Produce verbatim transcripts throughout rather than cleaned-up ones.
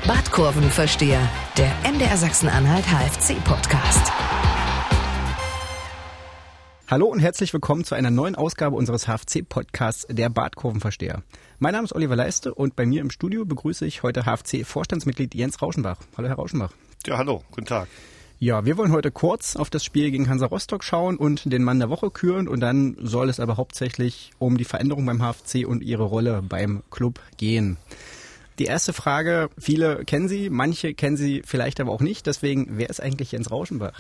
Badkurvenversteher, der M D R Sachsen-Anhalt H F C-Podcast. Hallo und herzlich willkommen zu einer neuen Ausgabe unseres H F C-Podcasts, der Badkurvenversteher. Mein Name ist Oliver Leiste und bei mir im Studio begrüße ich heute H F C-Vorstandsmitglied Jens Rauschenbach. Hallo, Herr Rauschenbach. Ja, hallo, guten Tag. Ja, wir wollen heute kurz auf das Spiel gegen Hansa Rostock schauen und den Mann der Woche küren. Und dann soll es aber hauptsächlich um die Veränderung beim H F C und ihre Rolle beim Club gehen. Die erste Frage, viele kennen Sie, manche kennen Sie vielleicht aber auch nicht. Deswegen, wer ist eigentlich Jens Rauschenbach?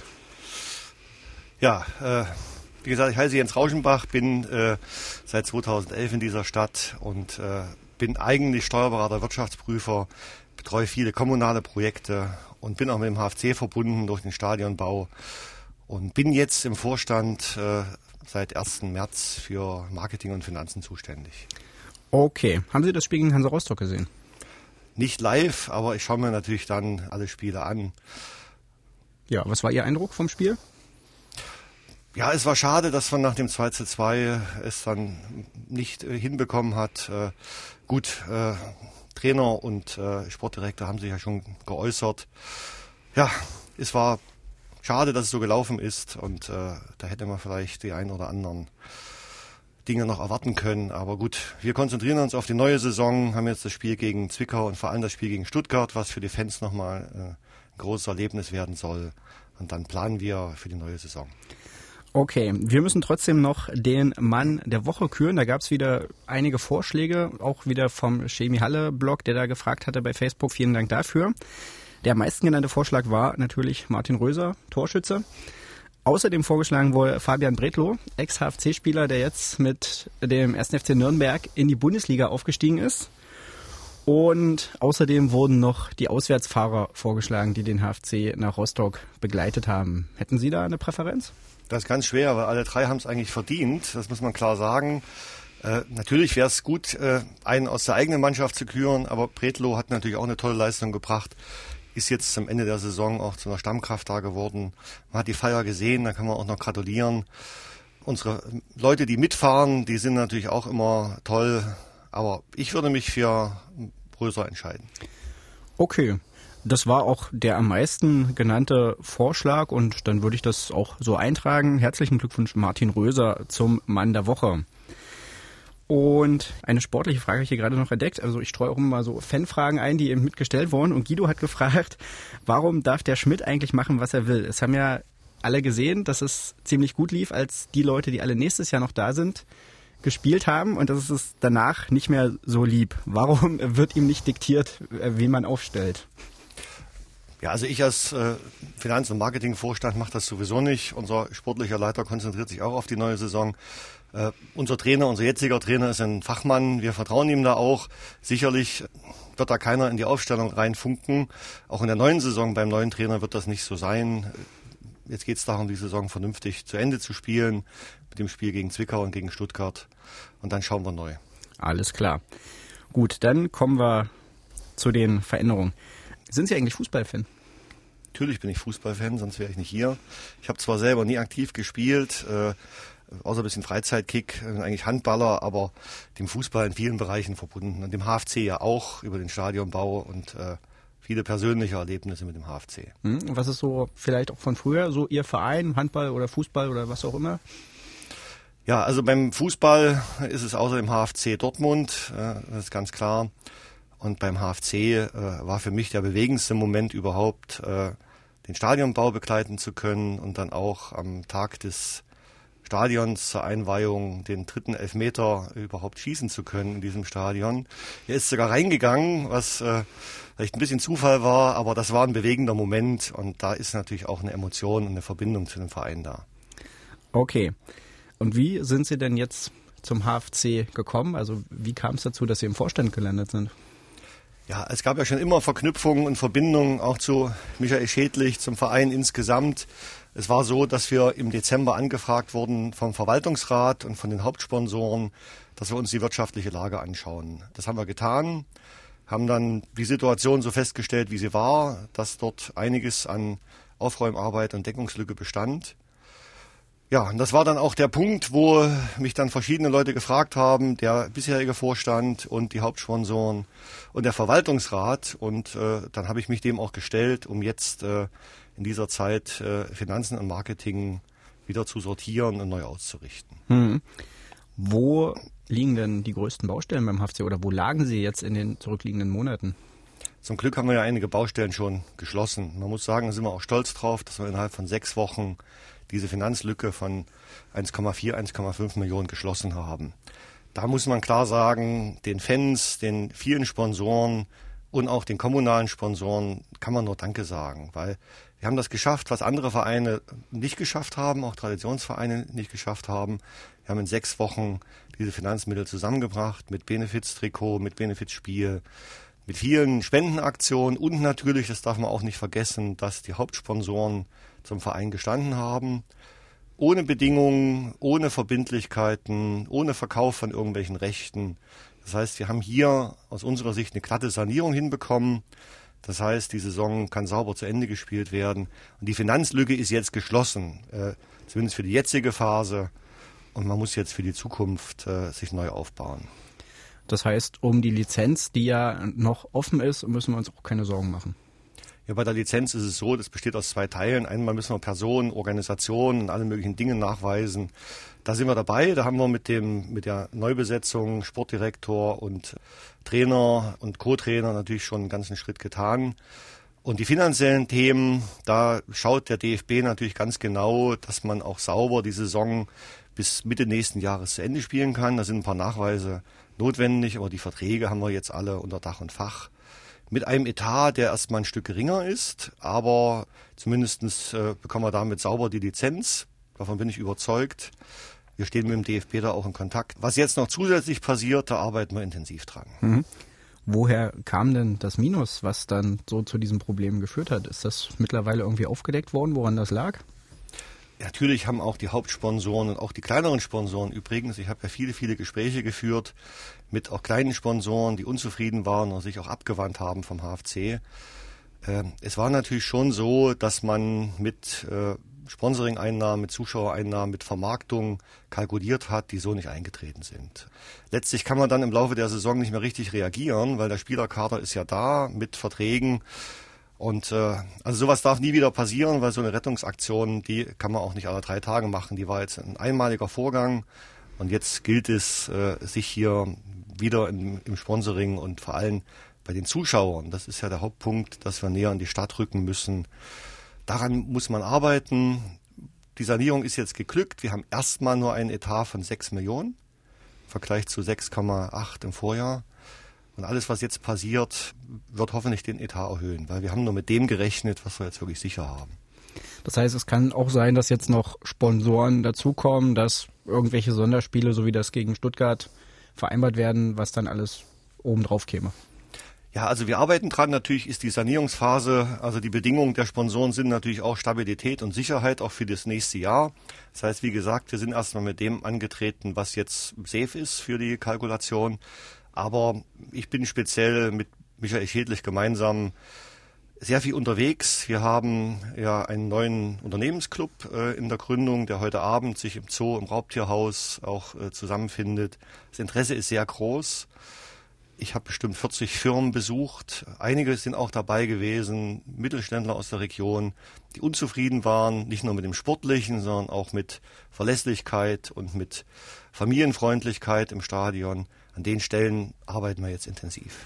Ja, äh, wie gesagt, ich heiße Jens Rauschenbach, bin äh, seit zweitausendelf in dieser Stadt und äh, bin eigentlich Steuerberater, Wirtschaftsprüfer, betreue viele kommunale Projekte und bin auch mit dem H F C verbunden durch den Stadionbau und bin jetzt im Vorstand äh, seit ersten März für Marketing und Finanzen zuständig. Okay, haben Sie das Spiel gegen Hansa Rostock gesehen? Nicht live, aber ich schaue mir natürlich dann alle Spiele an. Ja, was war Ihr Eindruck vom Spiel? Ja, es war schade, dass man nach dem zwei zu zwei es dann nicht äh, hinbekommen hat. Äh, gut, äh, Trainer und äh, Sportdirektor haben sich ja schon geäußert. Ja, es war schade, dass es so gelaufen ist und äh, da hätte man vielleicht die ein oder anderen Dinge noch erwarten können. Aber gut, wir konzentrieren uns auf die neue Saison, haben jetzt das Spiel gegen Zwickau und vor allem das Spiel gegen Stuttgart, was für die Fans nochmal äh, ein großes Erlebnis werden soll. Und dann planen wir für die neue Saison. Okay, wir müssen trotzdem noch den Mann der Woche küren. Da gab es wieder einige Vorschläge, auch wieder vom Chemie Halle-Blog, der da gefragt hatte bei Facebook. Vielen Dank dafür. Der am meisten genannte Vorschlag war natürlich Martin Röser, Torschütze. Außerdem vorgeschlagen wurde Fabian Bredlow, Ex-H F C-Spieler, der jetzt mit dem ersten F C Nürnberg in die Bundesliga aufgestiegen ist. Und außerdem wurden noch die Auswärtsfahrer vorgeschlagen, die den H F C nach Rostock begleitet haben. Hätten Sie da eine Präferenz? Das ist ganz schwer, weil alle drei haben es eigentlich verdient. Das muss man klar sagen. Äh, natürlich wäre es gut, äh, einen aus der eigenen Mannschaft zu küren, aber Bredlow hat natürlich auch eine tolle Leistung gebracht. Ist jetzt zum Ende der Saison auch zu einer Stammkraft da geworden. Man hat die Feier gesehen, da kann man auch noch gratulieren. Unsere Leute, die mitfahren, die sind natürlich auch immer toll. Aber ich würde mich für Röser entscheiden. Okay, das war auch der am meisten genannte Vorschlag und dann würde ich das auch so eintragen. Herzlichen Glückwunsch Martin Röser zum Mann der Woche. Und eine sportliche Frage habe ich hier gerade noch entdeckt. Also ich streue auch immer mal so Fanfragen ein, die eben mitgestellt wurden. Und Guido hat gefragt, warum darf der Schmidt eigentlich machen, was er will? Es haben ja alle gesehen, dass es ziemlich gut lief, als die Leute, die alle nächstes Jahr noch da sind, gespielt haben. Und dass es danach nicht mehr so lieb. Warum wird ihm nicht diktiert, wie man aufstellt? Ja, also ich als äh, Finanz- und Marketingvorstand mache das sowieso nicht. Unser sportlicher Leiter konzentriert sich auch auf die neue Saison. Uh, unser Trainer, unser jetziger Trainer ist ein Fachmann, wir vertrauen ihm da auch. Sicherlich wird da keiner in die Aufstellung reinfunken. Auch in der neuen Saison beim neuen Trainer wird das nicht so sein. Jetzt geht es darum, die Saison vernünftig zu Ende zu spielen, mit dem Spiel gegen Zwickau und gegen Stuttgart. Und dann schauen wir neu. Alles klar. Gut, dann kommen wir zu den Veränderungen. Sind Sie eigentlich Fußballfan? Natürlich bin ich Fußballfan, sonst wäre ich nicht hier. Ich habe zwar selber nie aktiv gespielt, äh, außer ein bisschen Freizeitkick, eigentlich Handballer, aber dem Fußball in vielen Bereichen verbunden. Und dem H F C ja auch über den Stadionbau und äh, viele persönliche Erlebnisse mit dem H F C. Hm, was ist so vielleicht auch von früher so Ihr Verein, Handball oder Fußball oder was auch immer? Ja, also beim Fußball ist es außer dem H F C Dortmund, äh, das ist ganz klar. Und beim H F C äh, war für mich der bewegendste Moment überhaupt, äh, den Stadionbau begleiten zu können und dann auch am Tag des Stadions zur Einweihung den dritten Elfmeter überhaupt schießen zu können in diesem Stadion. Er ist sogar reingegangen, was äh, vielleicht ein bisschen Zufall war, aber das war ein bewegender Moment und da ist natürlich auch eine Emotion und eine Verbindung zu dem Verein da. Okay. Und wie sind Sie denn jetzt zum H F C gekommen? Also wie kam es dazu, dass Sie im Vorstand gelandet sind? Ja, es gab ja schon immer Verknüpfungen und Verbindungen auch zu Michael Schädlich, zum Verein insgesamt. Es war so, dass wir im Dezember angefragt wurden vom Verwaltungsrat und von den Hauptsponsoren, dass wir uns die wirtschaftliche Lage anschauen. Das haben wir getan, haben dann die Situation so festgestellt, wie sie war, dass dort einiges an Aufräumarbeit und Deckungslücke bestand. Ja, und das war dann auch der Punkt, wo mich dann verschiedene Leute gefragt haben, der bisherige Vorstand und die Hauptsponsoren und der Verwaltungsrat. Und äh, dann habe ich mich dem auch gestellt, um jetzt äh, in dieser Zeit äh, Finanzen und Marketing wieder zu sortieren und neu auszurichten. Hm. Wo liegen denn die größten Baustellen beim H F C oder wo lagen sie jetzt in den zurückliegenden Monaten? Zum Glück haben wir ja einige Baustellen schon geschlossen. Man muss sagen, da sind wir auch stolz drauf, dass wir innerhalb von sechs Wochen diese Finanzlücke von eins Komma vier, eins Komma fünf Millionen geschlossen haben. Da muss man klar sagen, den Fans, den vielen Sponsoren und auch den kommunalen Sponsoren kann man nur Danke sagen, weil wir haben das geschafft, was andere Vereine nicht geschafft haben, auch Traditionsvereine nicht geschafft haben. Wir haben in sechs Wochen diese Finanzmittel zusammengebracht mit Benefiztrikot, mit Benefizspiel, mit vielen Spendenaktionen und natürlich, das darf man auch nicht vergessen, dass die Hauptsponsoren zum Verein gestanden haben, ohne Bedingungen, ohne Verbindlichkeiten, ohne Verkauf von irgendwelchen Rechten. Das heißt, wir haben hier aus unserer Sicht eine glatte Sanierung hinbekommen. Das heißt, die Saison kann sauber zu Ende gespielt werden. Und die Finanzlücke ist jetzt geschlossen, äh, zumindest für die jetzige Phase. Und man muss jetzt für die Zukunft äh, sich neu aufbauen. Das heißt, um die Lizenz, die ja noch offen ist, müssen wir uns auch keine Sorgen machen. Ja, bei der Lizenz ist es so, das besteht aus zwei Teilen. Einmal müssen wir Personen, Organisationen und alle möglichen Dinge nachweisen. Da sind wir dabei. Da haben wir mit dem mit der Neubesetzung Sportdirektor und Trainer und Co-Trainer natürlich schon einen ganzen Schritt getan. Und die finanziellen Themen, da schaut der D F B natürlich ganz genau, dass man auch sauber die Saison bis Mitte nächsten Jahres zu Ende spielen kann. Da sind ein paar Nachweise notwendig, aber die Verträge haben wir jetzt alle unter Dach und Fach. Mit einem Etat, der erstmal ein Stück geringer ist, aber zumindest äh, bekommen wir damit sauber die Lizenz. Davon bin ich überzeugt. Wir stehen mit dem D F B da auch in Kontakt. Was jetzt noch zusätzlich passiert, da arbeiten wir intensiv dran. Mhm. Woher kam denn das Minus, was dann so zu diesem Problem geführt hat? Ist das mittlerweile irgendwie aufgedeckt worden, woran das lag? Natürlich haben auch die Hauptsponsoren und auch die kleineren Sponsoren übrigens, ich habe ja viele, viele Gespräche geführt mit auch kleinen Sponsoren, die unzufrieden waren oder sich auch abgewandt haben vom H F C. Äh, es war natürlich schon so, dass man mit äh, Sponsoring-Einnahmen, mit Zuschauereinnahmen, mit Vermarktung kalkuliert hat, die so nicht eingetreten sind. Letztlich kann man dann im Laufe der Saison nicht mehr richtig reagieren, weil der Spielerkader ist ja da mit Verträgen. Und äh, also sowas darf nie wieder passieren, weil so eine Rettungsaktion, die kann man auch nicht alle drei Tage machen. Die war jetzt ein einmaliger Vorgang und jetzt gilt es, äh, sich hier wieder in, im Sponsoring und vor allem bei den Zuschauern, das ist ja der Hauptpunkt, dass wir näher an die Stadt rücken müssen. Daran muss man arbeiten. Die Sanierung ist jetzt geglückt. Wir haben erstmal nur einen Etat von sechs Millionen im Vergleich zu sechs Komma acht im Vorjahr. Und alles, was jetzt passiert, wird hoffentlich den Etat erhöhen, weil wir haben nur mit dem gerechnet, was wir jetzt wirklich sicher haben. Das heißt, es kann auch sein, dass jetzt noch Sponsoren dazukommen, dass irgendwelche Sonderspiele, so wie das gegen Stuttgart, vereinbart werden, was dann alles obendrauf käme. Ja, also wir arbeiten dran. Natürlich ist die Sanierungsphase, also die Bedingungen der Sponsoren sind natürlich auch Stabilität und Sicherheit, auch für das nächste Jahr. Das heißt, wie gesagt, wir sind erstmal mit dem angetreten, was jetzt safe ist für die Kalkulation. Aber ich bin speziell mit Michael Schädlich gemeinsam sehr viel unterwegs. Wir haben ja einen neuen Unternehmensclub äh, in der Gründung, der heute Abend sich im Zoo, im Raubtierhaus auch äh, zusammenfindet. Das Interesse ist sehr groß. Ich habe bestimmt vierzig Firmen besucht. Einige sind auch dabei gewesen, Mittelständler aus der Region, die unzufrieden waren, nicht nur mit dem Sportlichen, sondern auch mit Verlässlichkeit und mit Familienfreundlichkeit im Stadion. An den Stellen arbeiten wir jetzt intensiv.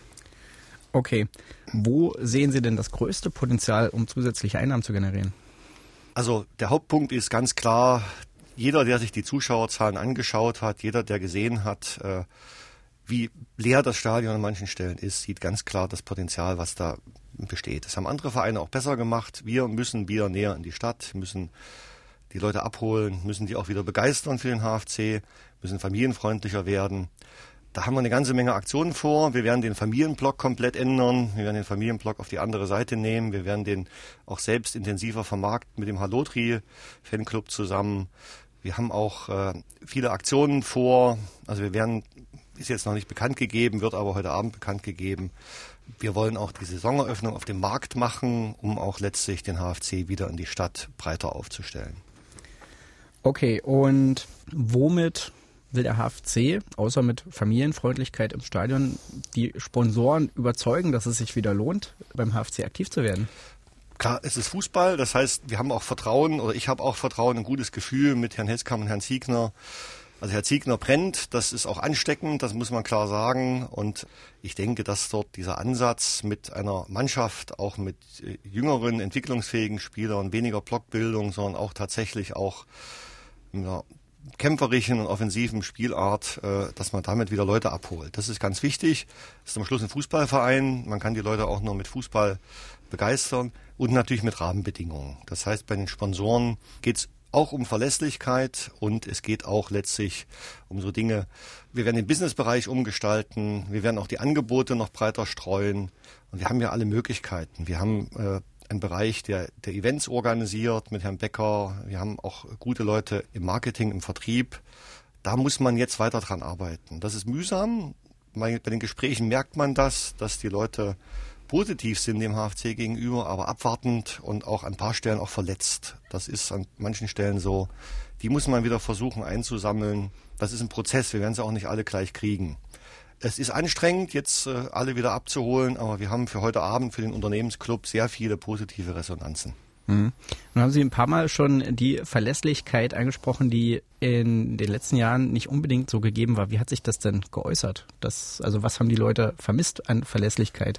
Okay. Wo sehen Sie denn das größte Potenzial, um zusätzliche Einnahmen zu generieren? Also der Hauptpunkt ist ganz klar, jeder, der sich die Zuschauerzahlen angeschaut hat, jeder, der gesehen hat, äh, wie leer das Stadion an manchen Stellen ist, sieht ganz klar das Potenzial, was da besteht. Das haben andere Vereine auch besser gemacht. Wir müssen wieder näher in die Stadt, müssen die Leute abholen, müssen die auch wieder begeistern für den H F C, müssen familienfreundlicher werden. Da haben wir eine ganze Menge Aktionen vor. Wir werden den Familienblock komplett ändern. Wir werden den Familienblock auf die andere Seite nehmen. Wir werden den auch selbst intensiver vermarkten mit dem Hallotri-Fanclub zusammen. Wir haben auch äh, viele Aktionen vor. Also wir werden, ist jetzt noch nicht bekannt gegeben, wird aber heute Abend bekannt gegeben. Wir wollen auch die Saisoneröffnung auf dem Markt machen, um auch letztlich den H F C wieder in die Stadt breiter aufzustellen. Okay, und womit will der H F C, außer mit Familienfreundlichkeit im Stadion, die Sponsoren überzeugen, dass es sich wieder lohnt, beim H F C aktiv zu werden? Klar, es ist Fußball, das heißt, wir haben auch Vertrauen, oder ich habe auch Vertrauen, ein gutes Gefühl mit Herrn Heskamp und Herrn Ziegner. Also Herr Ziegner brennt, das ist auch ansteckend, das muss man klar sagen. Und ich denke, dass dort dieser Ansatz mit einer Mannschaft, auch mit jüngeren, entwicklungsfähigen Spielern, weniger Blockbildung, sondern auch tatsächlich auch mit einer kämpferischen und offensiven Spielart, dass man damit wieder Leute abholt. Das ist ganz wichtig. Das ist am Schluss ein Fußballverein. Man kann die Leute auch nur mit Fußball begeistern und natürlich mit Rahmenbedingungen. Das heißt, bei den Sponsoren geht es auch um Verlässlichkeit und es geht auch letztlich um so Dinge. Wir werden den Businessbereich umgestalten, wir werden auch die Angebote noch breiter streuen und wir haben ja alle Möglichkeiten. Wir haben äh, einen Bereich, der, der Events organisiert mit Herrn Becker, wir haben auch gute Leute im Marketing, im Vertrieb. Da muss man jetzt weiter dran arbeiten. Das ist mühsam. Bei den Gesprächen merkt man das, dass die Leute positiv sind dem H F C gegenüber, aber abwartend und auch an ein paar Stellen auch verletzt. Das ist an manchen Stellen so. Die muss man wieder versuchen einzusammeln. Das ist ein Prozess. Wir werden sie auch nicht alle gleich kriegen. Es ist anstrengend, jetzt äh, alle wieder abzuholen, aber wir haben für heute Abend, für den Unternehmensclub, sehr viele positive Resonanzen. Mhm. Nun haben Sie ein paar Mal schon die Verlässlichkeit angesprochen, die in den letzten Jahren nicht unbedingt so gegeben war. Wie hat sich das denn geäußert? Das, also was haben die Leute vermisst an Verlässlichkeit?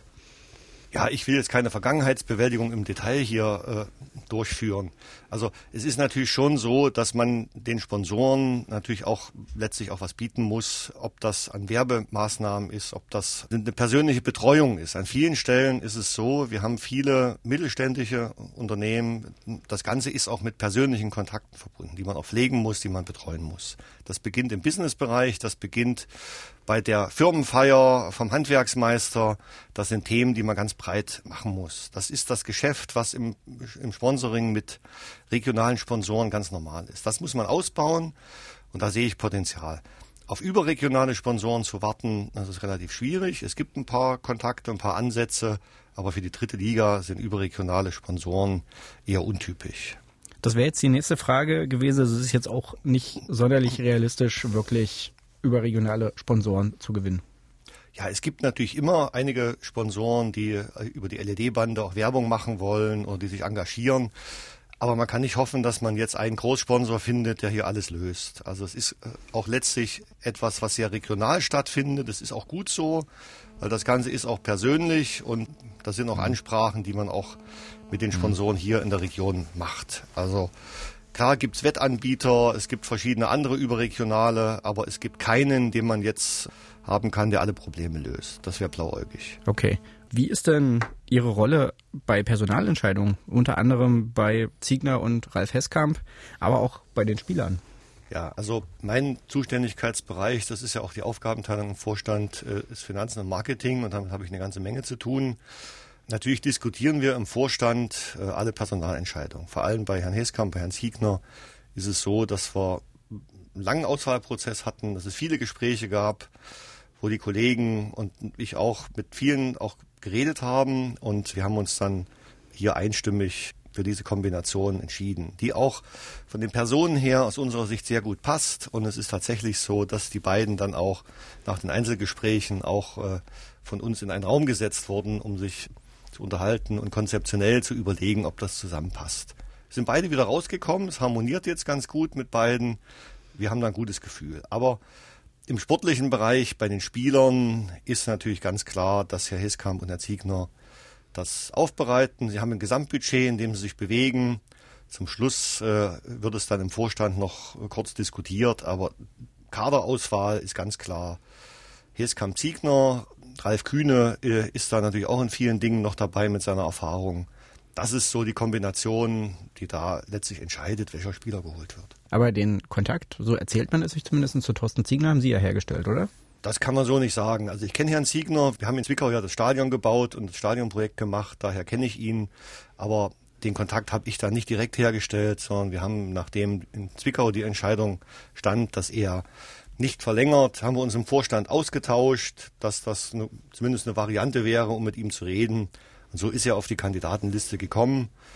Ja, ich will jetzt keine Vergangenheitsbewältigung im Detail hier äh, durchführen. Also es ist natürlich schon so, dass man den Sponsoren natürlich auch letztlich auch was bieten muss, ob das an Werbemaßnahmen ist, ob das eine persönliche Betreuung ist. An vielen Stellen ist es so, wir haben viele mittelständische Unternehmen. Das Ganze ist auch mit persönlichen Kontakten verbunden, die man auch pflegen muss, die man betreuen muss. Das beginnt im Businessbereich, das beginnt bei der Firmenfeier vom Handwerksmeister. Das sind Themen, die man ganz breit machen muss. Das ist das Geschäft, was im, im Sponsoring mit regionalen Sponsoren ganz normal ist. Das muss man ausbauen und da sehe ich Potenzial. Auf überregionale Sponsoren zu warten, das ist relativ schwierig. Es gibt ein paar Kontakte, ein paar Ansätze, aber für die dritte Liga sind überregionale Sponsoren eher untypisch. Das wäre jetzt die nächste Frage gewesen. Es ist jetzt auch nicht sonderlich realistisch, wirklich überregionale Sponsoren zu gewinnen. Ja, es gibt natürlich immer einige Sponsoren, die über die L E D-Bande auch Werbung machen wollen oder die sich engagieren. Aber man kann nicht hoffen, dass man jetzt einen Großsponsor findet, der hier alles löst. Also es ist auch letztlich etwas, was sehr regional stattfindet. Das ist auch gut so, weil das Ganze ist auch persönlich und das sind auch Ansprachen, die man auch mit den Sponsoren hier in der Region macht. Also klar gibt's Wettanbieter, es gibt verschiedene andere überregionale, aber es gibt keinen, den man jetzt haben kann, der alle Probleme löst. Das wäre blauäugig. Okay. Wie ist denn Ihre Rolle bei Personalentscheidungen, unter anderem bei Ziegner und Ralf Heskamp, aber auch bei den Spielern? Ja, also mein Zuständigkeitsbereich, das ist ja auch die Aufgabenteilung im Vorstand, ist Finanzen und Marketing und damit habe ich eine ganze Menge zu tun. Natürlich diskutieren wir im Vorstand äh, alle Personalentscheidungen. Vor allem bei Herrn Heskamp, bei Herrn Ziegner ist es so, dass wir einen langen Auswahlprozess hatten, dass es viele Gespräche gab, wo die Kollegen und ich auch mit vielen auch geredet haben und wir haben uns dann hier einstimmig für diese Kombination entschieden, die auch von den Personen her aus unserer Sicht sehr gut passt und es ist tatsächlich so, dass die beiden dann auch nach den Einzelgesprächen auch äh, von uns in einen Raum gesetzt wurden, um sich zu unterhalten und konzeptionell zu überlegen, ob das zusammenpasst. Wir sind beide wieder rausgekommen, es harmoniert jetzt ganz gut mit beiden, wir haben da ein gutes Gefühl. Aber im sportlichen Bereich bei den Spielern ist natürlich ganz klar, dass Herr Heskamp und Herr Ziegner das aufbereiten. Sie haben ein Gesamtbudget, in dem sie sich bewegen. Zum Schluss äh, wird es dann im Vorstand noch kurz diskutiert, aber Kaderauswahl ist ganz klar. Heskamp, Ziegner, Ralf Kühne äh, ist da natürlich auch in vielen Dingen noch dabei mit seiner Erfahrung. Das ist so die Kombination, die da letztlich entscheidet, welcher Spieler geholt wird. Aber den Kontakt, so erzählt man es sich zumindest, zu Thorsten Ziegner haben Sie ja hergestellt, oder? Das kann man so nicht sagen. Also ich kenne Herrn Ziegner, wir haben in Zwickau ja das Stadion gebaut und das Stadionprojekt gemacht, daher kenne ich ihn. Aber den Kontakt habe ich da nicht direkt hergestellt, sondern wir haben, nachdem in Zwickau die Entscheidung stand, dass er nicht verlängert, haben wir uns im Vorstand ausgetauscht, dass das eine, zumindest eine Variante wäre, um mit ihm zu reden. Und so ist er auf die Kandidatenliste gekommen.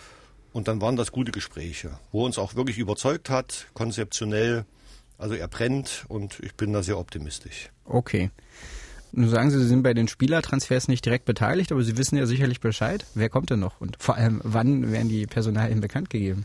Und dann waren das gute Gespräche, wo er uns auch wirklich überzeugt hat, konzeptionell. Also er brennt und ich bin da sehr optimistisch. Okay. Nun sagen Sie, Sie sind bei den Spielertransfers nicht direkt beteiligt, aber Sie wissen ja sicherlich Bescheid. Wer kommt denn noch? Und vor allem, wann werden die Personalien bekannt gegeben?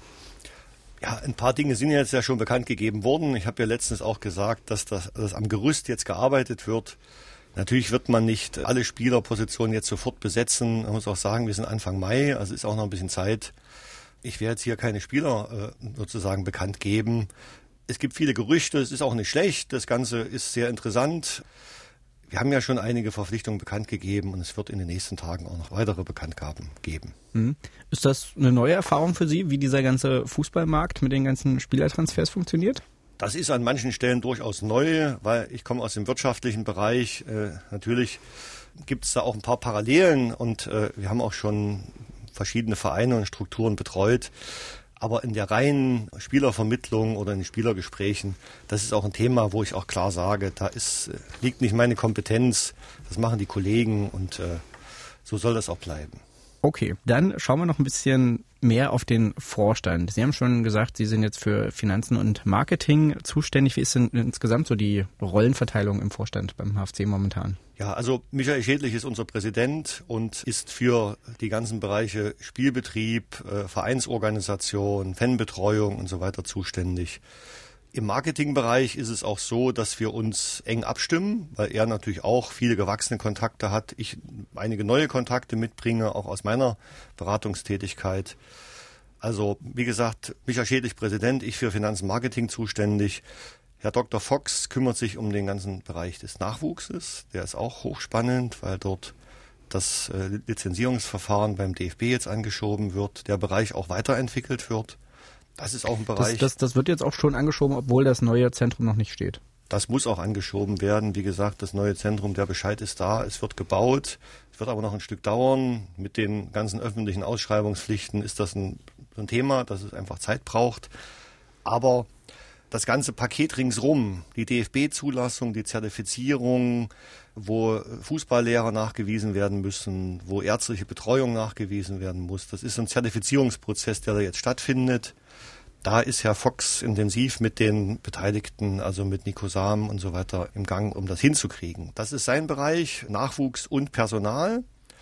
Ja, ein paar Dinge sind jetzt ja schon bekannt gegeben worden. Ich habe ja letztens auch gesagt, dass das dass am Gerüst jetzt gearbeitet wird. Natürlich wird man nicht alle Spielerpositionen jetzt sofort besetzen. Man muss auch sagen, wir sind Anfang Mai, also ist auch noch ein bisschen Zeit. Ich werde jetzt hier keine Spieler äh, sozusagen bekannt geben. Es gibt viele Gerüchte, es ist auch nicht schlecht. Das Ganze ist sehr interessant. Wir haben ja schon einige Verpflichtungen bekannt gegeben und es wird in den nächsten Tagen auch noch weitere Bekanntgaben geben. Mhm. Ist das eine neue Erfahrung für Sie, wie dieser ganze Fußballmarkt mit den ganzen Spielertransfers funktioniert? Das ist an manchen Stellen durchaus neu, weil ich komme aus dem wirtschaftlichen Bereich. Äh, natürlich gibt es da auch ein paar Parallelen und äh, wir haben auch schon verschiedene Vereine und Strukturen betreut. Aber in der reinen Spielervermittlung oder in den Spielergesprächen, das ist auch ein Thema, wo ich auch klar sage, da ist, liegt nicht meine Kompetenz, das machen die Kollegen und äh, so soll das auch bleiben. Okay, dann schauen wir noch ein bisschen mehr auf den Vorstand. Sie haben schon gesagt, Sie sind jetzt für Finanzen und Marketing zuständig. Wie ist denn insgesamt so die Rollenverteilung im Vorstand beim H F C momentan? Ja, also Michael Schädlich ist unser Präsident und ist für die ganzen Bereiche Spielbetrieb, äh, Vereinsorganisation, Fanbetreuung und so weiter zuständig. Im Marketingbereich ist es auch so, dass wir uns eng abstimmen, weil er natürlich auch viele gewachsene Kontakte hat. Ich einige neue Kontakte mitbringe, auch aus meiner Beratungstätigkeit. Also wie gesagt, Michael Schädlich Präsident, ich für Finanzen und Marketing zuständig. Herr Doktor Fox kümmert sich um den ganzen Bereich des Nachwuchses. Der ist auch hochspannend, weil dort das äh, Lizenzierungsverfahren beim D F B jetzt angeschoben wird, der Bereich auch weiterentwickelt wird. Das ist auch ein Bereich. Das, das, das wird jetzt auch schon angeschoben, obwohl das neue Zentrum noch nicht steht. Das muss auch angeschoben werden. Wie gesagt, das neue Zentrum, der Bescheid ist da. Es wird gebaut. Es wird aber noch ein Stück dauern. Mit den ganzen öffentlichen Ausschreibungspflichten ist das ein, ein Thema, dass es einfach Zeit braucht. Aber das ganze Paket ringsrum, die D F B-Zulassung, die Zertifizierung, wo Fußballlehrer nachgewiesen werden müssen, wo ärztliche Betreuung nachgewiesen werden muss, das ist ein Zertifizierungsprozess, der da jetzt stattfindet. Da ist Herr Fox intensiv mit den Beteiligten, also mit Nico Sam und so weiter im Gang, um das hinzukriegen. Das ist sein Bereich, Nachwuchs und Personal.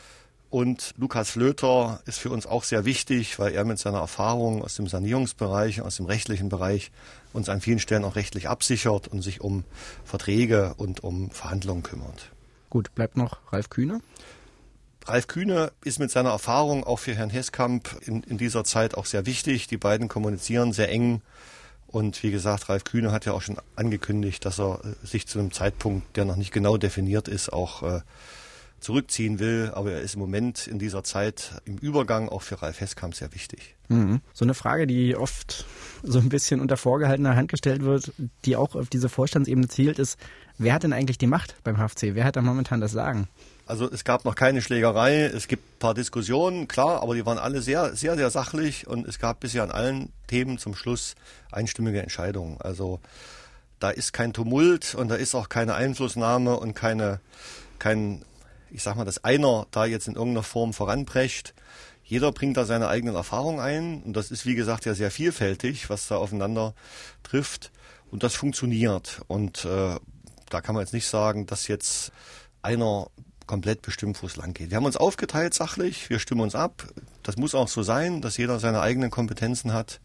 Und Lukas Flöter ist für uns auch sehr wichtig, weil er mit seiner Erfahrung aus dem Sanierungsbereich, aus dem rechtlichen Bereich uns an vielen Stellen auch rechtlich absichert und sich um Verträge und um Verhandlungen kümmert. Gut, bleibt noch Ralf Kühne. Ralf Kühne ist mit seiner Erfahrung auch für Herrn Heskamp in, in dieser Zeit auch sehr wichtig. Die beiden kommunizieren sehr eng. Und wie gesagt, Ralf Kühne hat ja auch schon angekündigt, dass er sich zu einem Zeitpunkt, der noch nicht genau definiert ist, auch äh, zurückziehen will. Aber er ist im Moment in dieser Zeit im Übergang auch für Ralf Heskamp sehr wichtig. Mhm. So eine Frage, die oft so ein bisschen unter vorgehaltener Hand gestellt wird, die auch auf diese Vorstandsebene zielt, ist, wer hat denn eigentlich die Macht beim H F C? Wer hat da momentan das Sagen? Also es gab noch keine Schlägerei, es gibt ein paar Diskussionen, klar, aber die waren alle sehr, sehr, sehr sachlich und es gab bisher an allen Themen zum Schluss einstimmige Entscheidungen. Also da ist kein Tumult und da ist auch keine Einflussnahme und keine, kein, ich sag mal, dass einer da jetzt in irgendeiner Form voranprescht. Jeder bringt da seine eigenen Erfahrungen ein und das ist, wie gesagt, ja sehr vielfältig, was da aufeinander trifft und das funktioniert. Und äh, da kann man jetzt nicht sagen, dass jetzt einer komplett bestimmt, wo es lang geht. Wir haben uns aufgeteilt sachlich, wir stimmen uns ab. Das muss auch so sein, dass jeder seine eigenen Kompetenzen hat.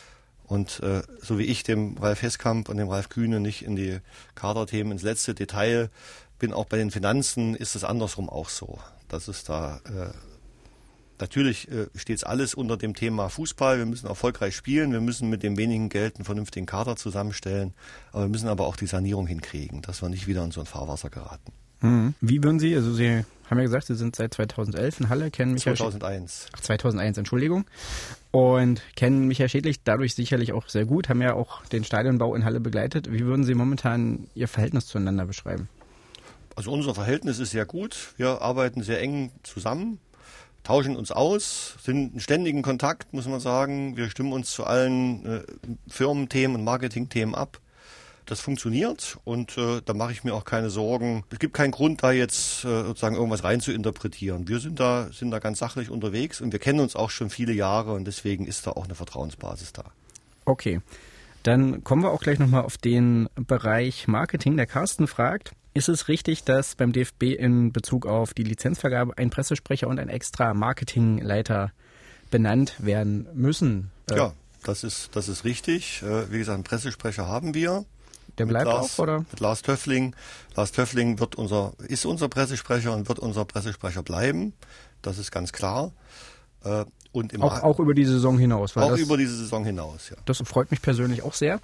Und äh, so wie ich dem Ralf Heskamp und dem Ralf Kühne nicht in die Kaderthemen ins letzte Detail bin, auch bei den Finanzen ist es andersrum auch so. Das ist da äh, natürlich äh, steht alles unter dem Thema Fußball. Wir müssen erfolgreich spielen, wir müssen mit dem wenigen Geld einen vernünftigen Kader zusammenstellen, aber wir müssen aber auch die Sanierung hinkriegen, dass wir nicht wieder in so ein Fahrwasser geraten. Wie würden Sie, also Sie haben ja gesagt, Sie sind seit zweitausendelf in Halle, kennen Michael zweitausendeins. Ach, zweitausendeins, Entschuldigung. Und kennen Michael Schädlich dadurch sicherlich auch sehr gut, haben ja auch den Stadionbau in Halle begleitet. Wie würden Sie momentan Ihr Verhältnis zueinander beschreiben? Also unser Verhältnis ist sehr gut. Wir arbeiten sehr eng zusammen, tauschen uns aus, sind in ständigen Kontakt, muss man sagen. Wir stimmen uns zu allen äh, Firmenthemen und Marketingthemen ab. das funktioniert und äh, da mache ich mir auch keine Sorgen. Es gibt keinen Grund, da jetzt äh, sozusagen irgendwas rein zu interpretieren. Wir sind da, sind da ganz sachlich unterwegs und wir kennen uns auch schon viele Jahre und deswegen ist da auch eine Vertrauensbasis da. Okay, dann kommen wir auch gleich nochmal auf den Bereich Marketing. Der Carsten fragt, ist es richtig, dass beim D F B in Bezug auf die Lizenzvergabe ein Pressesprecher und ein extra Marketingleiter benannt werden müssen? Ja, das ist, das ist richtig. Wie gesagt, einen Pressesprecher haben wir. Der bleibt Lars, auch, oder? Mit Lars Töffling. Lars Töffling wird unser, ist unser Pressesprecher und wird unser Pressesprecher bleiben. Das ist ganz klar. Und im auch, auch über die Saison hinaus. Weil auch das, über diese Saison hinaus, ja. Das freut mich persönlich auch sehr,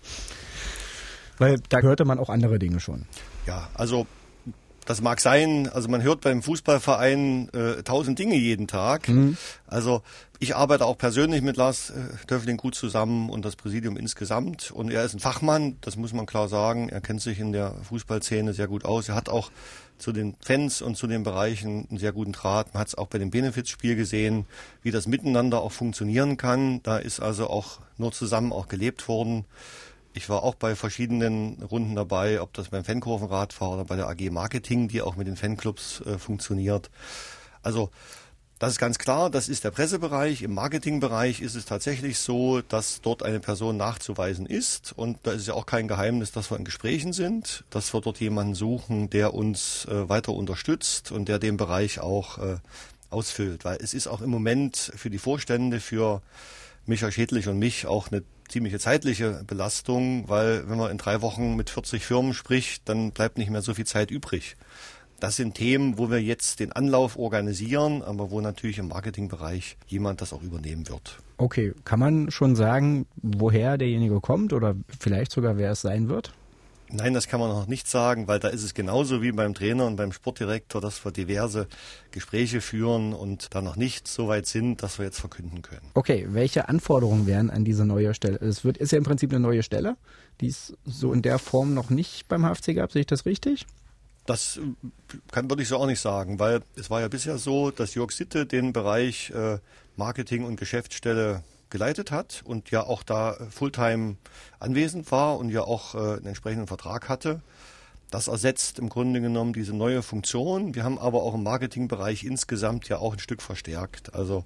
weil da hörte man auch andere Dinge schon. Ja, also das mag sein, also man hört beim Fußballverein äh, tausend Dinge jeden Tag. Mhm. Also ich arbeite auch persönlich mit Lars äh, Töffling gut zusammen und das Präsidium insgesamt. Und er ist ein Fachmann, das muss man klar sagen. Er kennt sich in der Fußballszene sehr gut aus. Er hat auch zu den Fans und zu den Bereichen einen sehr guten Draht. Man hat es auch bei dem Benefizspiel gesehen, wie das miteinander auch funktionieren kann. Da ist also auch nur zusammen auch gelebt worden. Ich war auch bei verschiedenen Runden dabei, ob das beim Fankurvenrad war oder bei der A G Marketing, die auch mit den Fanclubs äh, funktioniert. Also das ist ganz klar, das ist der Pressebereich. Im Marketingbereich ist es tatsächlich so, dass dort eine Person nachzuweisen ist. Und da ist ja auch kein Geheimnis, dass wir in Gesprächen sind, dass wir dort jemanden suchen, der uns äh, weiter unterstützt und der den Bereich auch äh, ausfüllt. Weil es ist auch im Moment für die Vorstände, für Micha Schädlich und mich auch eine ziemliche zeitliche Belastung, weil wenn man in drei Wochen mit vierzig Firmen spricht, dann bleibt nicht mehr so viel Zeit übrig. Das sind Themen, wo wir jetzt den Anlauf organisieren, aber wo natürlich im Marketingbereich jemand das auch übernehmen wird. Okay, kann man schon sagen, woher derjenige kommt oder vielleicht sogar, wer es sein wird? Nein, das kann man noch nicht sagen, weil da ist es genauso wie beim Trainer und beim Sportdirektor, dass wir diverse Gespräche führen und da noch nicht so weit sind, dass wir jetzt verkünden können. Okay, welche Anforderungen wären an diese neue Stelle? Es wird, ist ja im Prinzip eine neue Stelle, die es so in der Form noch nicht beim H F C gab. Sehe ich das richtig? Das kann, würde ich so auch nicht sagen, weil es war ja bisher so, dass Jörg Sitte den Bereich äh, Marketing und Geschäftsstelle geleitet hat und ja auch da Fulltime anwesend war und ja auch äh, einen entsprechenden Vertrag hatte. Das ersetzt im Grunde genommen diese neue Funktion. Wir haben aber auch im Marketingbereich insgesamt ja auch ein Stück verstärkt. Also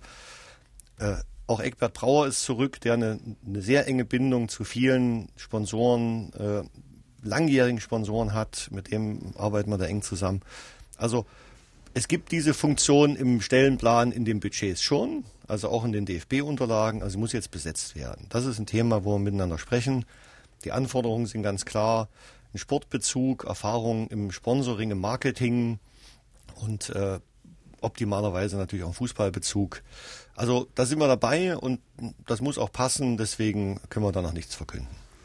äh, auch Egbert Brauer ist zurück, der eine, eine sehr enge Bindung zu vielen Sponsoren, äh, langjährigen Sponsoren hat. Mit dem arbeiten wir da eng zusammen. Also es gibt diese Funktion im Stellenplan in den Budgets schon, also auch in den D F B-Unterlagen, also muss jetzt besetzt werden. Das ist ein Thema, wo wir miteinander sprechen. Die Anforderungen sind ganz klar, ein Sportbezug, Erfahrung im Sponsoring, im Marketing und äh, optimalerweise natürlich auch ein Fußballbezug. Also da sind wir dabei und das muss auch passen, deswegen können wir da noch nichts verkünden.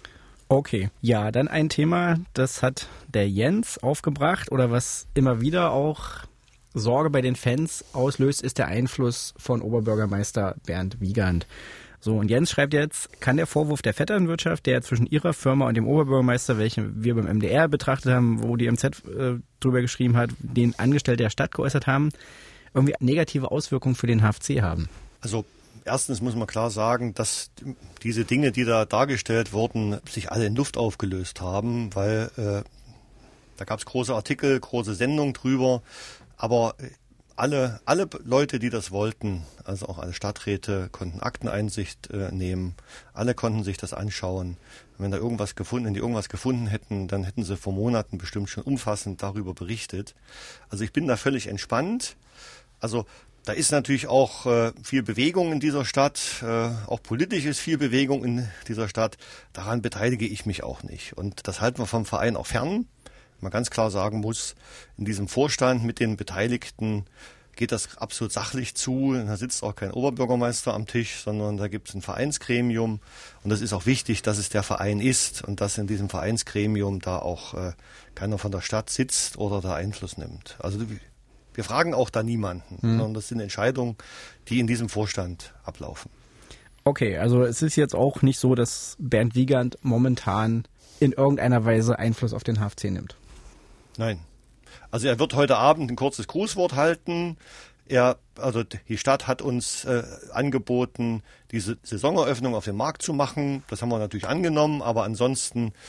Okay, ja, dann ein Thema, das hat der Jens aufgebracht oder was immer wieder auch Sorge bei den Fans auslöst, ist der Einfluss von Oberbürgermeister Bernd Wiegand. So, und Jens schreibt jetzt, kann der Vorwurf der Vetternwirtschaft, der zwischen ihrer Firma und dem Oberbürgermeister, welchen wir beim M D R betrachtet haben, wo die M Z äh, drüber geschrieben hat, den Angestellte der Stadt geäußert haben, irgendwie negative Auswirkungen für den H F C haben? Also erstens muss man klar sagen, dass diese Dinge, die da dargestellt wurden, sich alle in Luft aufgelöst haben, weil äh, da gab es große Artikel, große Sendungen drüber. Aber alle, alle Leute, die das wollten, also auch alle Stadträte, konnten Akteneinsicht äh, nehmen. Alle konnten sich das anschauen. Wenn da irgendwas gefunden, wenn die irgendwas gefunden hätten, dann hätten sie vor Monaten bestimmt schon umfassend darüber berichtet. Also ich bin da völlig entspannt. Also da ist natürlich auch äh, viel Bewegung in dieser Stadt. Äh, auch politisch ist viel Bewegung in dieser Stadt. Daran beteilige ich mich auch nicht. Und das halten wir vom Verein auch fern. Man ganz klar sagen muss, in diesem Vorstand mit den Beteiligten geht das absolut sachlich zu. Da sitzt auch kein Oberbürgermeister am Tisch, sondern da gibt es ein Vereinsgremium. Und das ist auch wichtig, dass es der Verein ist und dass in diesem Vereinsgremium da auch äh, keiner von der Stadt sitzt oder da Einfluss nimmt. Also wir fragen auch da niemanden, mhm. sondern das sind Entscheidungen, die in diesem Vorstand ablaufen. Okay, also es ist jetzt auch nicht so, dass Bernd Wiegand momentan in irgendeiner Weise Einfluss auf den H F C nimmt. Nein. Also er wird heute Abend ein kurzes Grußwort halten. Er, also die Stadt hat uns äh, angeboten, diese Saisoneröffnung auf dem Markt zu machen. Das haben wir natürlich angenommen, aber ansonsten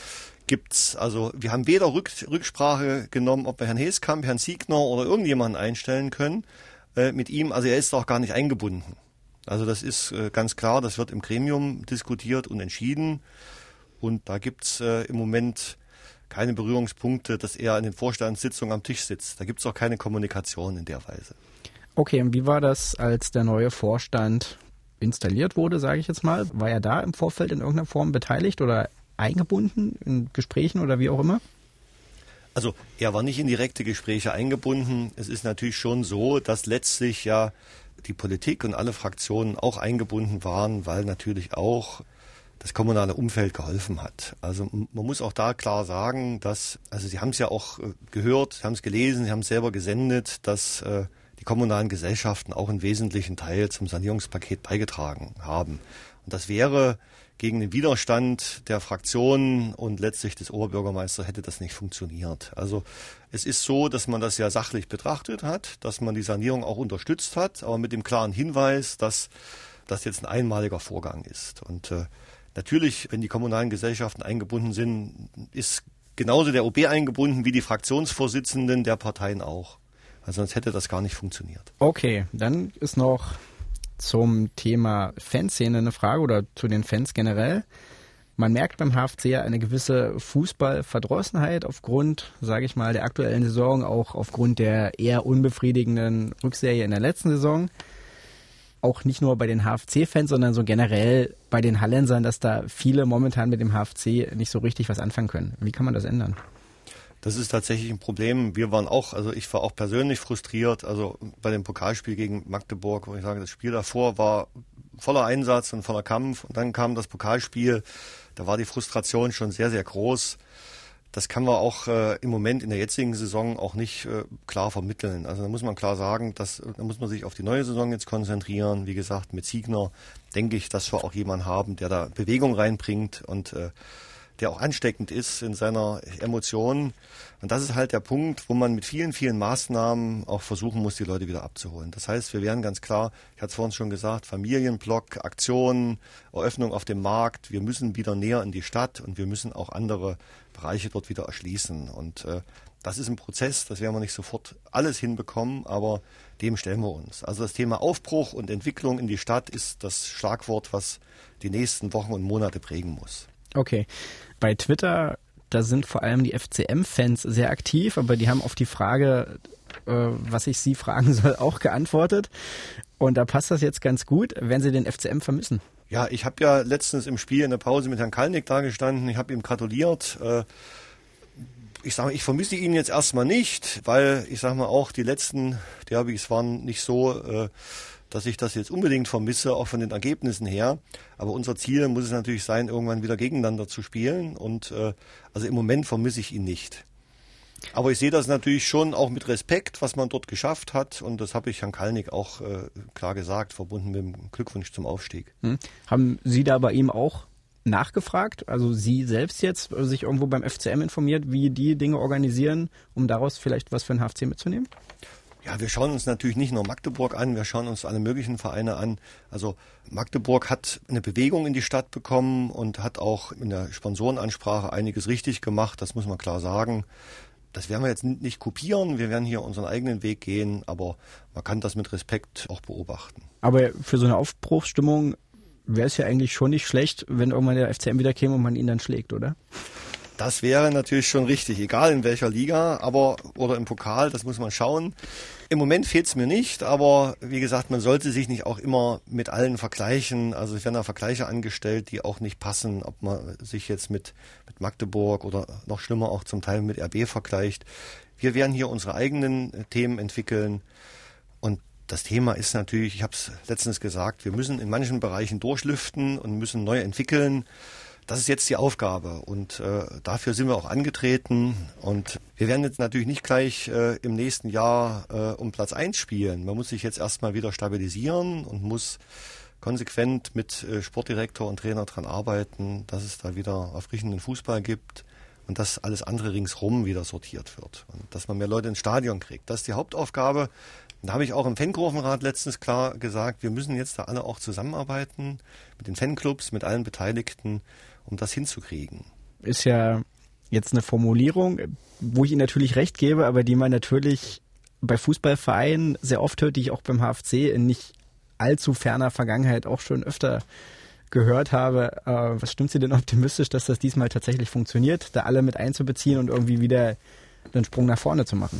gibt's, also wir haben weder Rück, Rücksprache genommen, ob wir Herrn Heeskamp, Herrn Siegner oder irgendjemanden einstellen können äh, mit ihm. Also er ist auch gar nicht eingebunden. Also das ist äh, ganz klar, das wird im Gremium diskutiert und entschieden. Und da gibt's äh, im Moment keine Berührungspunkte, dass er in den Vorstandssitzungen am Tisch sitzt. Da gibt's auch keine Kommunikation in der Weise. Okay, und wie war das, als der neue Vorstand installiert wurde, sage ich jetzt mal? War er da im Vorfeld in irgendeiner Form beteiligt oder eingebunden in Gesprächen oder wie auch immer? Also er war nicht in direkte Gespräche eingebunden. Es ist natürlich schon so, dass letztlich ja die Politik und alle Fraktionen auch eingebunden waren, weil natürlich auch das kommunale Umfeld geholfen hat. Also man muss auch da klar sagen, dass, also Sie haben es ja auch gehört, Sie haben es gelesen, Sie haben es selber gesendet, dass äh, die kommunalen Gesellschaften auch einen wesentlichen Teil zum Sanierungspaket beigetragen haben. Und das wäre gegen den Widerstand der Fraktionen und letztlich des Oberbürgermeisters hätte das nicht funktioniert. Also es ist so, dass man das ja sachlich betrachtet hat, dass man die Sanierung auch unterstützt hat, aber mit dem klaren Hinweis, dass das jetzt ein einmaliger Vorgang ist. Und äh, natürlich, wenn die kommunalen Gesellschaften eingebunden sind, ist genauso der O B eingebunden wie die Fraktionsvorsitzenden der Parteien auch. Also sonst hätte das gar nicht funktioniert. Okay, dann ist noch zum Thema Fanszene eine Frage oder zu den Fans generell. Man merkt beim H F C ja eine gewisse Fußballverdrossenheit aufgrund, sage ich mal, der aktuellen Saison, auch aufgrund der eher unbefriedigenden Rückserie in der letzten Saison. Auch nicht nur bei den H F C-Fans, sondern so generell bei den Hallensern, dass da viele momentan mit dem H F C nicht so richtig was anfangen können. Wie kann man das ändern? Das ist tatsächlich ein Problem. Wir waren auch, also ich war auch persönlich frustriert, also bei dem Pokalspiel gegen Magdeburg, wo ich sage, das Spiel davor war voller Einsatz und voller Kampf und dann kam das Pokalspiel, da war die Frustration schon sehr, sehr groß. Das kann man auch äh, im Moment in der jetzigen Saison auch nicht äh, klar vermitteln. Also da muss man klar sagen, dass, da muss man sich auf die neue Saison jetzt konzentrieren. Wie gesagt, mit Siegner denke ich, dass wir auch jemanden haben, der da Bewegung reinbringt und äh, der auch ansteckend ist in seiner Emotion. Und das ist halt der Punkt, wo man mit vielen, vielen Maßnahmen auch versuchen muss, die Leute wieder abzuholen. Das heißt, wir werden ganz klar, ich hatte es vorhin schon gesagt, Familienblock, Aktionen, Eröffnung auf dem Markt. Wir müssen wieder näher in die Stadt und wir müssen auch andere Bereiche dort wieder erschließen. Und äh, das ist ein Prozess, das werden wir nicht sofort alles hinbekommen, aber dem stellen wir uns. Also das Thema Aufbruch und Entwicklung in die Stadt ist das Schlagwort, was die nächsten Wochen und Monate prägen muss. Okay. Bei Twitter, da sind vor allem die F C M-Fans sehr aktiv, aber die haben auf die Frage, äh, was ich Sie fragen soll, auch geantwortet. Und da passt das jetzt ganz gut, wenn Sie den F C M vermissen. Ja, ich habe ja letztens im Spiel in der Pause mit Herrn Kalnick da gestanden. Ich habe ihm gratuliert. Äh, ich sage, ich vermisse ihn jetzt erstmal nicht, weil ich sage mal auch, die letzten Derbys waren nicht so, äh, dass ich das jetzt unbedingt vermisse, auch von den Ergebnissen her. Aber unser Ziel muss es natürlich sein, irgendwann wieder gegeneinander zu spielen. Und äh, also im Moment vermisse ich ihn nicht. Aber ich sehe das natürlich schon auch mit Respekt, was man dort geschafft hat. Und das habe ich Herrn Kalnick auch äh, klar gesagt, verbunden mit dem Glückwunsch zum Aufstieg. Hm. Haben Sie da bei ihm auch nachgefragt? Also Sie selbst jetzt sich irgendwo beim F C M informiert, wie die Dinge organisieren, um daraus vielleicht was für den H F C mitzunehmen? Ja, wir schauen uns natürlich nicht nur Magdeburg an, wir schauen uns alle möglichen Vereine an. Also Magdeburg hat eine Bewegung in die Stadt bekommen und hat auch in der Sponsorenansprache einiges richtig gemacht, das muss man klar sagen. Das werden wir jetzt nicht kopieren, wir werden hier unseren eigenen Weg gehen, aber man kann das mit Respekt auch beobachten. Aber für so eine Aufbruchsstimmung wäre es ja eigentlich schon nicht schlecht, wenn irgendwann der F C M wieder käme und man ihn dann schlägt, oder? Das wäre natürlich schon richtig, egal in welcher Liga, aber oder im Pokal, das muss man schauen. Im Moment fehlt es mir nicht, aber wie gesagt, man sollte sich nicht auch immer mit allen vergleichen. Also es werden da Vergleiche angestellt, die auch nicht passen, ob man sich jetzt mit, mit Magdeburg oder noch schlimmer auch zum Teil mit R B vergleicht. Wir werden hier unsere eigenen Themen entwickeln und das Thema ist natürlich, ich habe es letztens gesagt, wir müssen in manchen Bereichen durchlüften und müssen neu entwickeln. Das ist jetzt die Aufgabe und äh, dafür sind wir auch angetreten und wir werden jetzt natürlich nicht gleich äh, im nächsten Jahr äh, um Platz eins spielen. Man muss sich jetzt erstmal wieder stabilisieren und muss konsequent mit äh, Sportdirektor und Trainer dran arbeiten, dass es da wieder erfrischenden Fußball gibt und dass alles andere ringsrum wieder sortiert wird und dass man mehr Leute ins Stadion kriegt. Das ist die Hauptaufgabe. Und da habe ich auch im Fankurvenrat letztens klar gesagt, wir müssen jetzt da alle auch zusammenarbeiten mit den Fanclubs, mit allen Beteiligten, um das hinzukriegen. Ist ja Jetzt eine Formulierung, wo ich Ihnen natürlich recht gebe, aber die man natürlich bei Fußballvereinen sehr oft hört, die ich auch beim H F C in nicht allzu ferner Vergangenheit auch schon öfter gehört habe. Äh, was stimmt Sie denn optimistisch, dass das diesmal tatsächlich funktioniert, da alle mit einzubeziehen und irgendwie wieder einen Sprung nach vorne zu machen?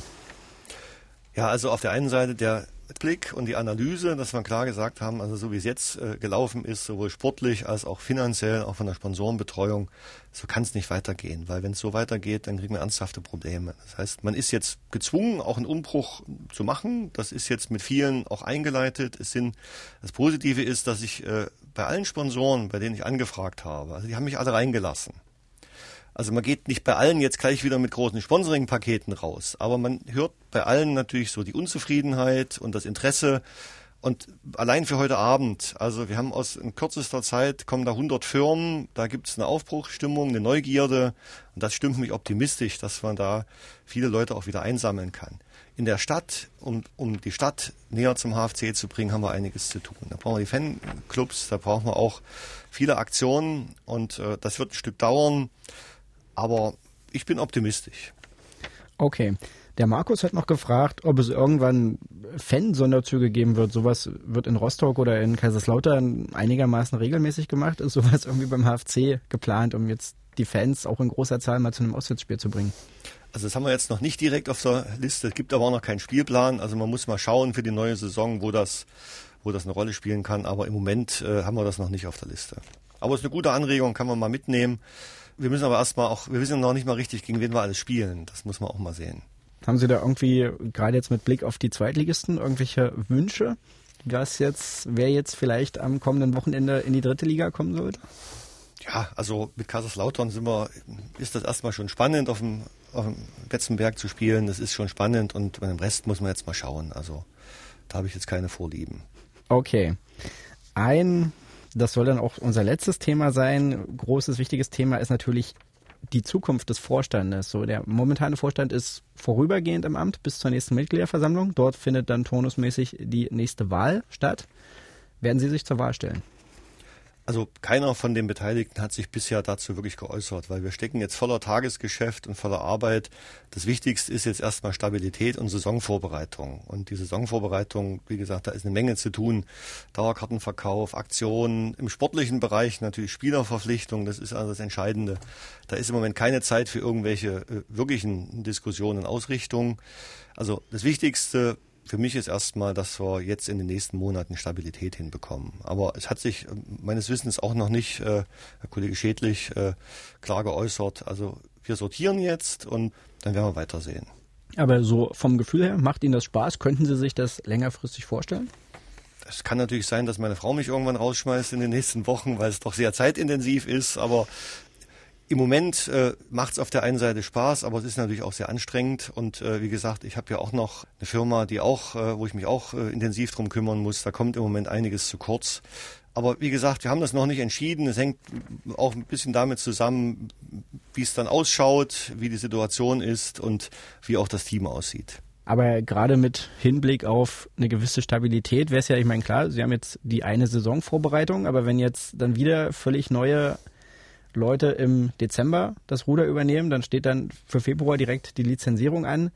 Ja, also auf der einen Seite der Blick und die Analyse, dass wir klar gesagt haben, also so wie es jetzt äh, gelaufen ist, sowohl sportlich als auch finanziell, auch von der Sponsorenbetreuung, so kann es nicht weitergehen, weil wenn es so weitergeht, dann kriegen wir ernsthafte Probleme. Das heißt, man ist jetzt gezwungen, auch einen Umbruch zu machen. Das ist jetzt mit vielen auch eingeleitet. Es sind, das Positive ist, dass ich äh, bei allen Sponsoren, bei denen ich angefragt habe, also die haben mich alle reingelassen. Also man geht nicht bei allen jetzt gleich wieder mit großen Sponsoring-Paketen raus, aber man hört bei allen natürlich so die Unzufriedenheit und das Interesse. Und allein für heute Abend, also wir haben aus in kürzester Zeit, kommen da hundert Firmen, da gibt es eine Aufbruchsstimmung, eine Neugierde und das stimmt mich optimistisch, dass man da viele Leute auch wieder einsammeln kann. In der Stadt, um, um die Stadt näher zum H F C zu bringen, haben wir einiges zu tun. Da brauchen wir die Fanclubs, da brauchen wir auch viele Aktionen und äh, das wird ein Stück dauern. Aber ich bin optimistisch. Okay. Der Markus hat noch gefragt, ob es irgendwann Fan-Sonderzüge geben wird. Sowas wird in Rostock oder in Kaiserslautern einigermaßen regelmäßig gemacht. Ist sowas irgendwie beim H F C geplant, um jetzt die Fans auch in großer Zahl mal zu einem Auswärtsspiel zu bringen? Also das haben wir jetzt noch nicht direkt auf der Liste. Es gibt aber auch noch keinen Spielplan. Also man muss mal schauen für die neue Saison, wo das, wo das eine Rolle spielen kann. Aber im Moment äh, haben wir das noch nicht auf der Liste. Aber es ist eine gute Anregung, kann man mal mitnehmen. Wir müssen aber erstmal auch, wir wissen noch nicht mal richtig, gegen wen wir alles spielen. Das muss man auch mal sehen. Haben Sie da irgendwie, gerade jetzt mit Blick auf die Zweitligisten, irgendwelche Wünsche, was jetzt, wer jetzt vielleicht am kommenden Wochenende in die dritte Liga kommen sollte? Ja, also mit Kaiserslautern sind wir, ist das erstmal schon spannend, auf dem, auf dem Betzenberg zu spielen. Das ist schon spannend und bei dem Rest muss man jetzt mal schauen. Also da habe ich jetzt keine Vorlieben. Okay. Ein Das soll dann auch unser letztes Thema sein. Großes, wichtiges Thema ist natürlich die Zukunft des Vorstandes. So, der momentane Vorstand ist vorübergehend im Amt bis zur nächsten Mitgliederversammlung. Dort findet dann turnusmäßig die nächste Wahl statt. Werden Sie sich zur Wahl stellen? Also keiner von den Beteiligten hat sich bisher dazu wirklich geäußert, weil wir stecken jetzt voller Tagesgeschäft und voller Arbeit. Das Wichtigste ist jetzt erstmal Stabilität und Saisonvorbereitung. Und die Saisonvorbereitung, wie gesagt, da ist eine Menge zu tun. Dauerkartenverkauf, Aktionen, im sportlichen Bereich natürlich Spielerverpflichtung, das ist also das Entscheidende. Da ist im Moment keine Zeit für irgendwelche äh, wirklichen Diskussionen und Ausrichtungen. Also das Wichtigste für mich ist erstmal, dass wir jetzt in den nächsten Monaten Stabilität hinbekommen. Aber es hat sich meines Wissens auch noch nicht, äh, Herr Kollege Schädlich, äh, klar geäußert. Also wir sortieren jetzt und dann werden wir weitersehen. Aber so vom Gefühl her, macht Ihnen das Spaß? Könnten Sie sich das längerfristig vorstellen? Es kann natürlich sein, dass meine Frau mich irgendwann rausschmeißt in den nächsten Wochen, weil es doch sehr zeitintensiv ist. Aber im Moment äh, macht es auf der einen Seite Spaß, aber es ist natürlich auch sehr anstrengend. Und äh, wie gesagt, ich habe ja auch noch eine Firma, die auch, äh, wo ich mich auch äh, intensiv drum kümmern muss. Da kommt im Moment einiges zu kurz. Aber wie gesagt, wir haben das noch nicht entschieden. Es hängt auch ein bisschen damit zusammen, wie es dann ausschaut, wie die Situation ist und wie auch das Team aussieht. Aber gerade mit Hinblick auf eine gewisse Stabilität wäre es ja, ich meine, klar, Sie haben jetzt die eine Saisonvorbereitung, aber wenn jetzt dann wieder völlig neue Leute im Dezember das Ruder übernehmen, dann steht dann für Februar direkt die Lizenzierung an.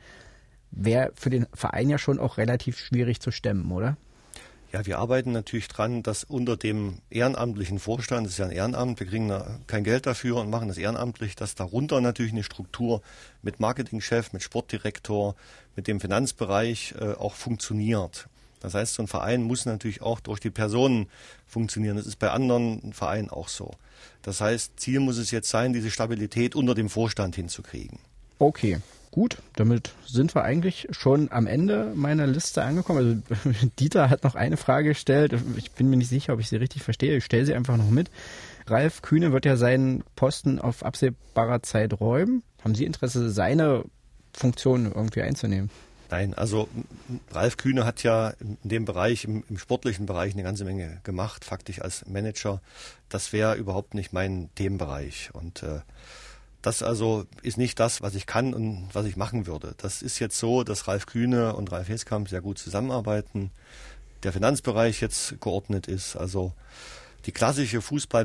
Wäre für den Verein ja schon auch relativ schwierig zu stemmen, oder? Ja, wir arbeiten natürlich dran, dass unter dem ehrenamtlichen Vorstand, das ist ja ein Ehrenamt, wir kriegen da kein Geld dafür und machen das ehrenamtlich, dass darunter natürlich eine Struktur mit Marketingchef, mit Sportdirektor, mit dem Finanzbereich äh, auch funktioniert. Das heißt, so ein Verein muss natürlich auch durch die Personen funktionieren. Das ist bei anderen Vereinen auch so. Das heißt, Ziel muss es jetzt sein, diese Stabilität unter dem Vorstand hinzukriegen. Okay, gut. Damit sind wir eigentlich schon am Ende meiner Liste angekommen. Also Dieter hat noch eine Frage gestellt. Ich bin mir nicht sicher, ob ich sie richtig verstehe. Ich stelle sie einfach noch mit. Ralf Kühne wird ja seinen Posten auf absehbarer Zeit räumen. Haben Sie Interesse, seine Funktion irgendwie einzunehmen? Nein, also Ralf Kühne hat ja in dem Bereich, im, im sportlichen Bereich eine ganze Menge gemacht, faktisch als Manager. Das wäre überhaupt nicht mein Themenbereich. Und äh, das also ist nicht das, was ich kann und was ich machen würde. Das ist jetzt so, dass Ralf Kühne und Ralf Heskamp sehr gut zusammenarbeiten. Der Finanzbereich jetzt geordnet ist. Also die klassische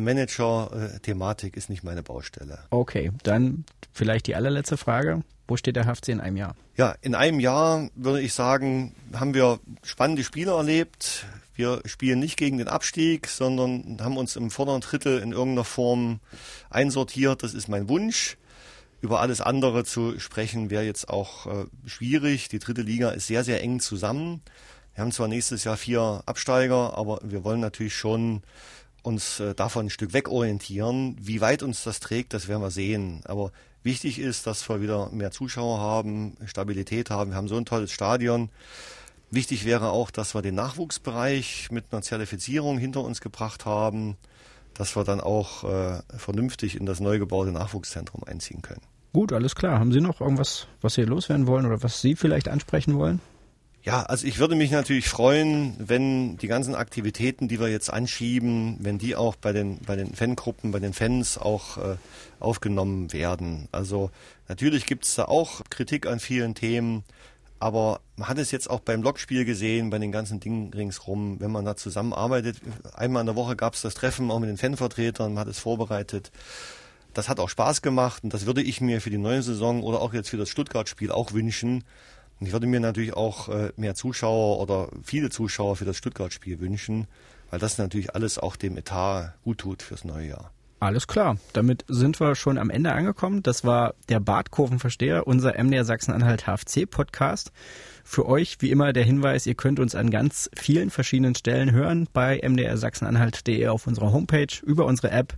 Fußballmanager-Thematik ist nicht meine Baustelle. Okay, dann vielleicht die allerletzte Frage. Wo steht der H F C in einem Jahr? Ja, in einem Jahr würde ich sagen, haben wir spannende Spiele erlebt. Wir spielen nicht gegen den Abstieg, sondern haben uns im vorderen Drittel in irgendeiner Form einsortiert. Das ist mein Wunsch. Über alles andere zu sprechen wäre jetzt auch äh, schwierig. Die dritte Liga ist sehr, sehr eng zusammen. Wir haben zwar nächstes Jahr vier Absteiger, aber wir wollen natürlich schon uns äh, davon ein Stück wegorientieren. Wie weit uns das trägt, das werden wir sehen. Aber wichtig ist, dass wir wieder mehr Zuschauer haben, Stabilität haben. Wir haben so ein tolles Stadion. Wichtig wäre auch, dass wir den Nachwuchsbereich mit einer Zertifizierung hinter uns gebracht haben, dass wir dann auch äh, vernünftig in das neu gebaute Nachwuchszentrum einziehen können. Gut, alles klar. Haben Sie noch irgendwas, was Sie loswerden wollen oder was Sie vielleicht ansprechen wollen? Ja, also ich würde mich natürlich freuen, wenn die ganzen Aktivitäten, die wir jetzt anschieben, wenn die auch bei den bei den Fangruppen, bei den Fans auch äh, aufgenommen werden. Also natürlich gibt es da auch Kritik an vielen Themen, aber man hat es jetzt auch beim Lokspiel gesehen, bei den ganzen Dingen ringsrum, wenn man da zusammenarbeitet. Einmal in der Woche gab es das Treffen auch mit den Fanvertretern, man hat es vorbereitet. Das hat auch Spaß gemacht und das würde ich mir für die neue Saison oder auch jetzt für das Stuttgart-Spiel auch wünschen. Und ich würde mir natürlich auch äh, mehr Zuschauer oder viele Zuschauer für das Stuttgart-Spiel wünschen, weil das natürlich alles auch dem Etat gut tut fürs neue Jahr. Alles klar, damit sind wir schon am Ende angekommen. Das war der Badkurvenversteher, unser M D R Sachsen-Anhalt H F C Podcast. Für euch wie immer der Hinweis, ihr könnt uns an ganz vielen verschiedenen Stellen hören, bei m d r sachsenanhalt punkt d e auf unserer Homepage, über unsere App.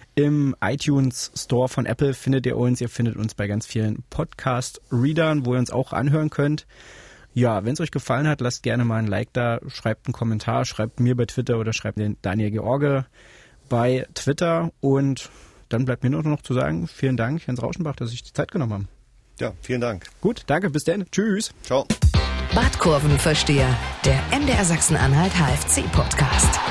Im iTunes Store von Apple findet ihr uns. Ihr findet uns bei ganz vielen Podcast-Readern, wo ihr uns auch anhören könnt. Ja, wenn es euch gefallen hat, lasst gerne mal ein Like da, schreibt einen Kommentar, schreibt mir bei Twitter oder schreibt den Daniel George bei Twitter. Und dann bleibt mir nur noch zu sagen, vielen Dank, Jens Rauschenbach, dass Sie sich die Zeit genommen haben. Ja, vielen Dank. Gut, danke, bis dann. Tschüss. Ciao. Badkurvenversteher, der M D R Sachsen-Anhalt H F C Podcast.